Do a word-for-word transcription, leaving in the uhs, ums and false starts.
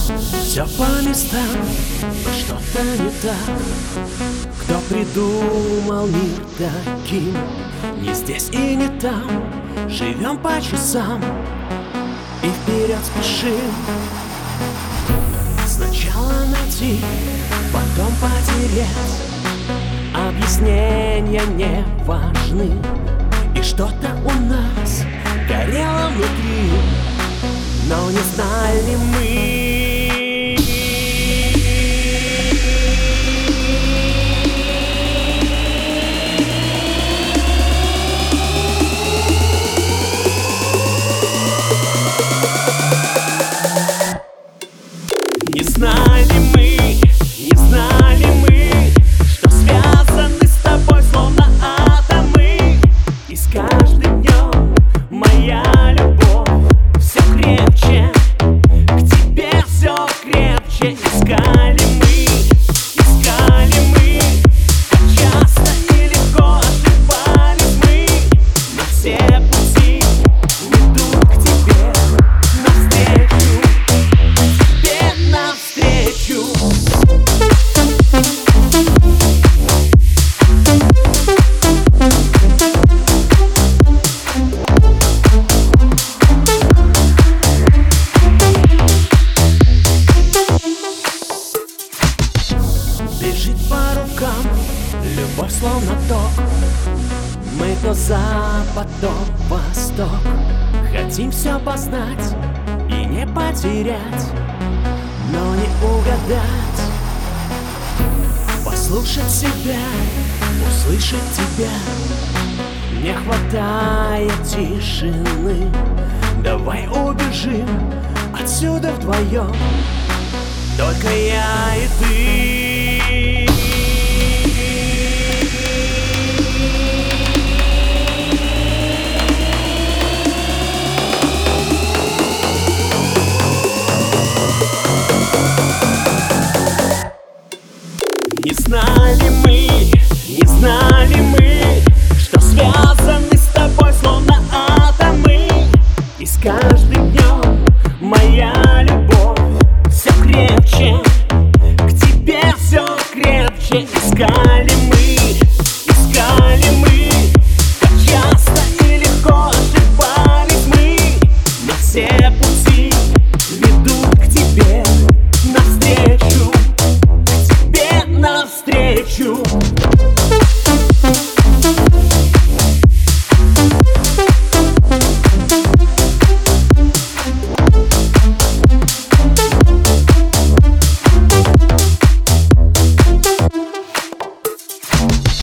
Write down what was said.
Все по местам, но что-то не так. Кто придумал мир таким? Не здесь и не там. Живем по часам и вперед спешим. Сначала найти, потом потерять. Объяснения не важны. И что-то у нас горело внутри, но не знали мы. Не знали мы, не знали мы, что связаны с тобой словно атомы. И с каждым днем моя любовь все крепче, к тебе все крепче. Искали мы, искали мы, как часто и легко ошибались мы. Но все пути ведут к тебе навстречу, тебе навстречу. Бежит по рукам любовь словно ток. Мы то запад, то восток. Хотим все познать и не потерять, но не угадать. Послушать себя, услышать тебя. Не хватает тишины. Давай убежим отсюда вдвоем, только я и ты. Не знали мы, не знали мы, что связаны с тобой словно атомы. И с каждым днем моя любовь все крепче, к тебе все крепче. Искать